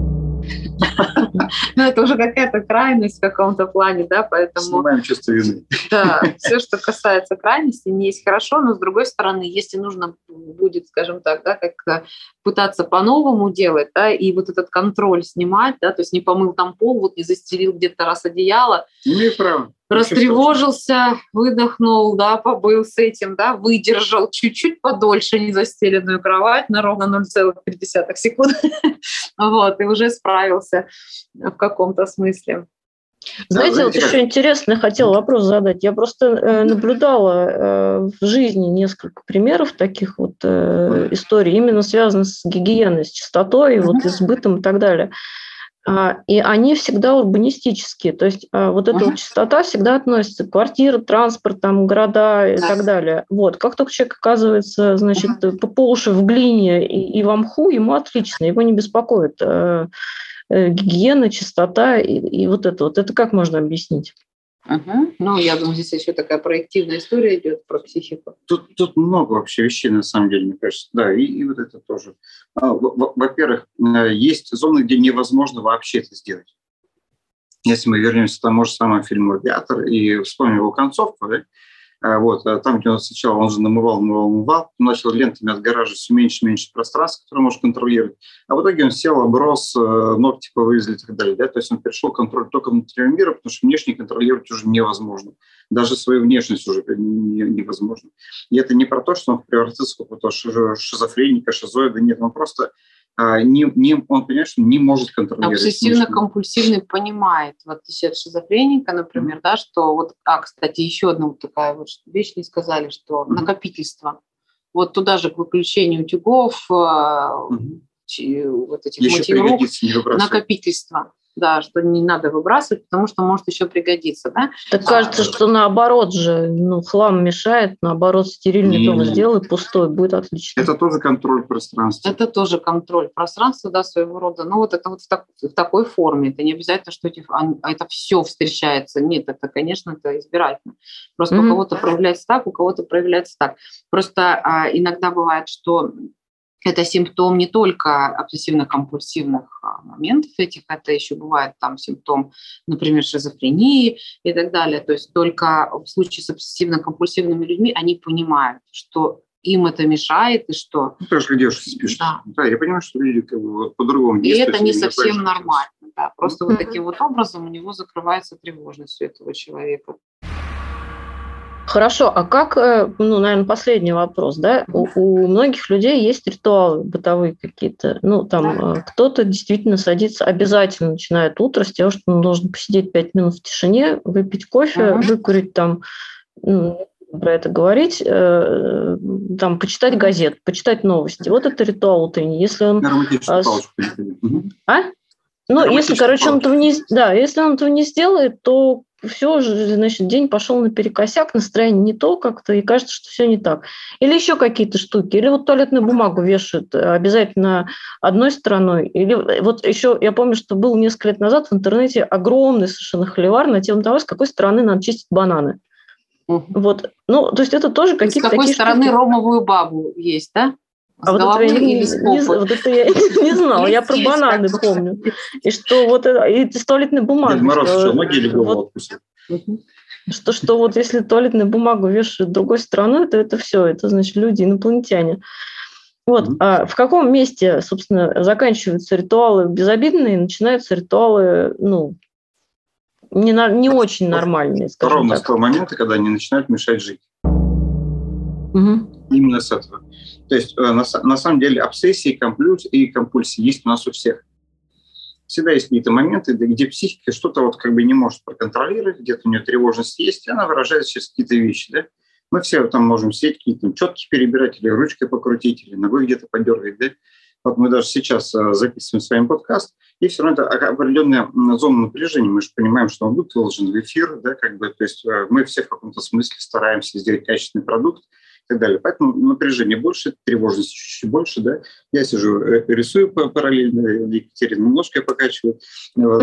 Ну, это уже какая-то крайность в каком-то плане, да, поэтому... Снимаем чувство вины. Да, все, что касается крайности, не есть хорошо, но с другой стороны, если нужно будет, скажем так, да, как пытаться по-новому делать, да, и вот этот контроль снимать, да, то есть не помыл там пол, вот не застелил где-то раз одеяло, Имею право. растревожился, выдохнул, да, побыл с этим, да, выдержал чуть-чуть подольше незастеленную кровать на ровно ноль целых три десятых секунды, вот, и уже справился в каком-то смысле. Знаете, Да, вот знаете, еще интересно, хотел вопрос задать. Я просто э, наблюдала э, в жизни несколько примеров таких вот э, историй, именно связанных с гигиеной, с чистотой, вот, и с бытом и так далее. А, и они всегда урбанистические. То есть а, вот эта Мгм. вот чистота всегда относится к квартирам, транспорт, там, города и Да. так далее. Вот. Как только человек оказывается, значит, по по уши в глине и, и в мху, ему отлично, его не беспокоит э, э, гигиена, чистота и, и вот это вот. Это как можно объяснить? Мгм. Ну, я думаю, здесь еще такая проективная история идет про психику. Тут, тут много вообще вещей, на самом деле, мне кажется. Да, и, и вот это тоже. А, во- во- Во-первых, э, есть зоны, где невозможно вообще это сделать. Если мы вернемся к тому же самому фильму «Авиатор» и вспомним его концовку, да, а, вот, а там, где он сначала он же намывал, намывал, намывал, потом начал лентами отгораживать все меньше и меньше пространства, которое может контролировать. А в итоге он сел, оброс, э, ногти повылезли и так далее. Да? То есть он перешел к контролю только внутреннего мира, потому что внешне контролировать уже невозможно. Даже свою внешность уже не- не- невозможно. И это не про то, что он превратился в какого-то шизо- шизофреника, шизоида. Нет, он просто а, не, не, он понимает, что не может контролировать. внешний мир. Обсессивно-компульсивный понимает, в отличие от шизофреника, например, да, что вот, а, кстати, еще одна вот такая вот вещь не сказали, что Мгм. накопительство. Вот туда же к выключению утюгов, э, Мгм. чи- вот этих Еще мытья рук, пригодится, не выбрасывать. накопительство. Да, что не надо выбрасывать, потому что может еще пригодиться, да? Так кажется, что наоборот же, ну, хлам мешает, наоборот, стерильный дом Не. сделай пустой, будет отлично. Это тоже контроль пространства. Это тоже контроль пространства, да, своего рода. Ну, вот это вот в, так- в такой форме. Это не обязательно, что эти, а, это все встречается. Нет, это, конечно, это избирательно. Просто Мгм. у кого-то проявляется так, у кого-то проявляется так. Просто а, иногда бывает, что это симптом не только обсессивно-компульсивных а, моментов этих, это еще бывает там симптом, например, шизофрении и так далее. То есть только в случае с обсессивно-компульсивными людьми они понимают, что им это мешает и что... Ну, так же, как девушка спишет. Да. Да, я понимаю, что люди как бы вот по-другому И действуют. это не и мне совсем тоже нормально. Да. Просто Мгм. вот таким вот образом у него закрывается тревожность у этого человека. Хорошо, а как, э, ну, наверное, последний вопрос, да? У, у многих людей есть ритуалы бытовые какие-то. Ну, там э, кто-то действительно садится, обязательно начинает утро с того, что он должен посидеть пять минут в тишине, выпить кофе, Мгм. выкурить там, ну, про это говорить, э, там, почитать газет, почитать новости. Вот это ритуал утренний. Если он... Ароматическую А, с- палочку переходить. Мгм. А? Ну, если, короче, он этого не, да, если он этого не сделает, то все, значит, день пошел наперекосяк, настроение не то как-то, и кажется, что все не так. Или еще какие-то штуки. Или вот туалетную бумагу вешают обязательно одной стороной. Или вот еще, я помню, что был несколько лет назад в интернете огромный совершенно холивар на тему того, с какой стороны надо чистить бананы. Угу. Вот. Ну, то есть это тоже какие-то с какой такие стороны штуки. Ромовую бабу есть, да? А вот это, я не, не, вот это я не знала, я про бананы помню. И что вот это, и с туалетной бумагой. Дед Мороз что, что, ноги или голову вот, откусил? Что, что вот если туалетную бумагу вешают другой стороной, то это все, это значит люди инопланетяне. Вот. Mm-hmm. А в каком месте, собственно, заканчиваются ритуалы безобидные, и начинаются ритуалы, ну, не, на, не очень нормальные, скажем Ровно так. с того момента, когда они начинают мешать жить. Угу. Именно с этого. То есть, на, на самом деле, обсессии, компульсии и компульсии есть у нас у всех. Всегда есть какие-то моменты, где психика что-то вот как бы не может проконтролировать, где-то у нее тревожность есть, и она выражает через какие-то вещи. Да? Мы все там можем сидеть, какие-то четки перебирать, или ручкой покрутить, или ногой где-то подергать. Да? Вот мы даже сейчас записываем с вами подкаст, и все равно это определенная зона напряжения. Мы же понимаем, что он будет выложен в эфир, да, как бы, то есть мы все в каком-то смысле стараемся сделать качественный продукт и так далее. Поэтому напряжение больше, тревожность чуть-чуть больше. Да. Я сижу, рисую параллельно, Екатерина немножко покачивает. Вот.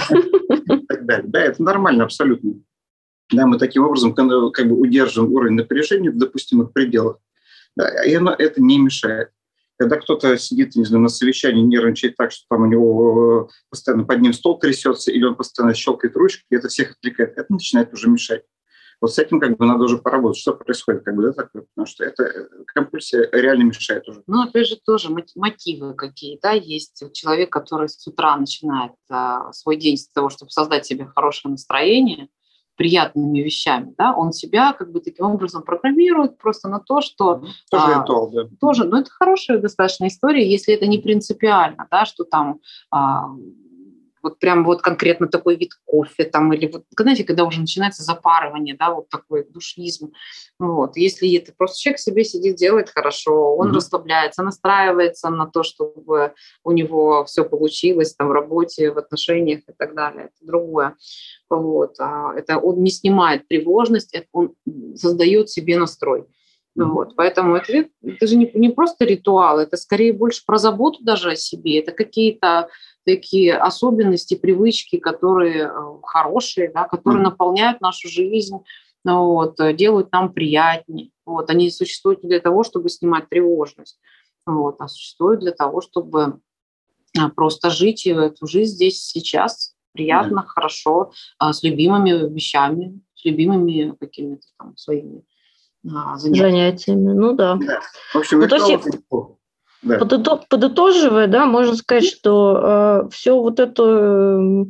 Так далее. Да, это нормально абсолютно. Да, мы таким образом как бы удерживаем уровень напряжения в допустимых пределах. Да, и оно это не мешает. Когда кто-то сидит, не знаю, на совещании, нервничает так, что там у него постоянно под ним стол трясется, или он постоянно щелкает ручкой, и это всех отвлекает, это начинает уже мешать. Вот с этим как бы надо уже поработать. Что происходит, как бы, да, такое? Потому что это компульсия реально мешает уже. Ну, опять же, тоже мотивы какие, да, есть. Человек, который с утра начинает а, свой день с того, чтобы создать себе хорошее настроение, приятными вещами, да, он себя как бы таким образом программирует просто на то, что... Тоже а, ритуал, да. Тоже, но это хорошая достаточно история, если это не принципиально, да, что там а, вот прям вот конкретно такой вид кофе там, или вот, знаете, когда уже начинается запарывание, да, вот такой душнизм. Вот. Если это просто человек себе сидит, делает хорошо, он mm-hmm. расслабляется, настраивается на то, чтобы у него все получилось там в работе, в отношениях и так далее, это другое. Вот. А это он не снимает тревожность, это он создает себе настрой. Mm-hmm. Вот. Поэтому это, это же не, не просто ритуал, это скорее больше про заботу даже о себе, это какие-то такие особенности, привычки, которые хорошие, да, которые mm-hmm. наполняют нашу жизнь, вот, делают нам приятнее. Вот. Они существуют не для того, чтобы снимать тревожность, вот, а существуют для того, чтобы просто жить эту жизнь здесь, сейчас, приятно, mm-hmm. хорошо, с любимыми вещами, с любимыми какими-то там своими а, занятиями. занятиями. Ну да. да. В общем, ну, то есть, да. Подытоживая, да, можно сказать, что э, все вот это,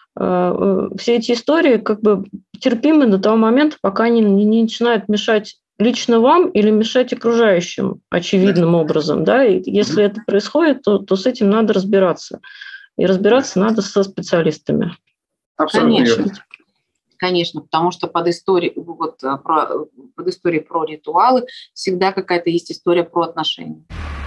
э, все эти истории как бы терпимы до того момента, пока они не, не начинают мешать лично вам или мешать окружающим очевидным да. образом. Да? И если mm-hmm. это происходит, то, то с этим надо разбираться. И разбираться да. надо со специалистами. Абсолютно Конечно. верно. Конечно, потому что под историей, вот, про, под историей про ритуалы всегда какая-то есть история про отношения.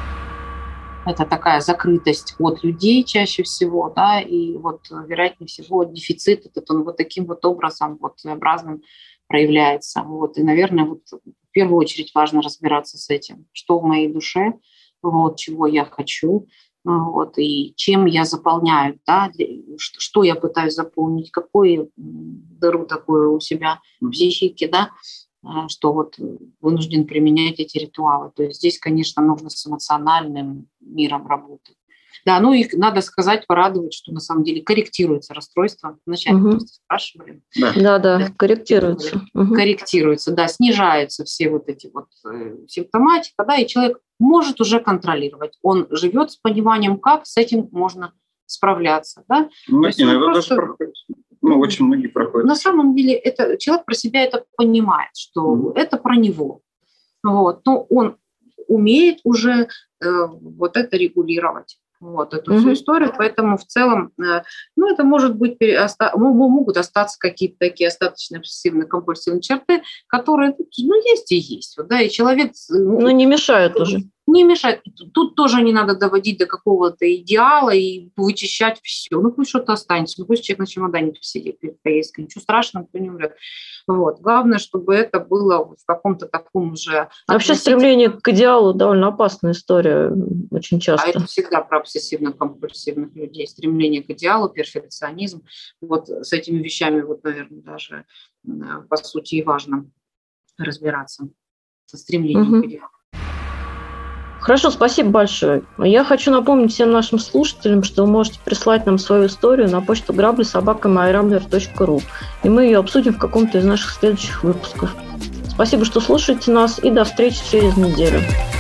Это такая закрытость от людей чаще всего, да, и вот, вероятнее всего, дефицит этот, он вот таким вот образом, вот, своеобразным проявляется. Вот, и, наверное, вот, в первую очередь важно разбираться с этим, что в моей душе, вот, чего я хочу, вот, и чем я заполняю, да, что я пытаюсь заполнить, какую дыру такую у себя в психике, да, что вот вынужден применять эти ритуалы. То есть здесь, конечно, нужно с эмоциональным миром работать. Да, ну и надо сказать, порадовать, что на самом деле корректируется расстройство. Вначале угу. просто спрашивали. Да, да, да корректируется. Угу. Корректируется, да, снижаются все вот эти вот э, симптоматика, да, и человек может уже контролировать. Он живет с пониманием, как с этим можно справляться, да. Ну, иногда просто... даже проходит. Ну, очень многие проходят. На самом деле это, человек про себя это понимает, что mm-hmm. это про него. Вот. Но он умеет уже э, вот это регулировать, вот эту mm-hmm. всю историю. Поэтому в целом, э, ну, это может быть, оста- могут остаться какие-то такие остаточные обсессивные компульсивные черты, которые, ну, есть и есть. Вот, да, и человек... Ну, не мешают уже. Не не мешает. Тут тоже не надо доводить до какого-то идеала и вычищать все. Ну, пусть что-то останется, ну, пусть человек на чемодане посидит перед поездкой. Ничего страшного, никто не умрет. Вот. Главное, чтобы это было в каком-то таком же... Вообще стремление к идеалу довольно опасная история очень часто. А это всегда про обсессивно-компульсивных людей. Стремление к идеалу, перфекционизм. Вот с этими вещами, вот, наверное, даже по сути и важно разбираться. Со стремлением угу. к идеалу. Хорошо, спасибо большое. Я хочу напомнить всем нашим слушателям, что вы можете прислать нам свою историю на почту грабли собака майрамблер точка ру, и мы ее обсудим в каком-то из наших следующих выпусков. Спасибо, что слушаете нас, и до встречи через неделю.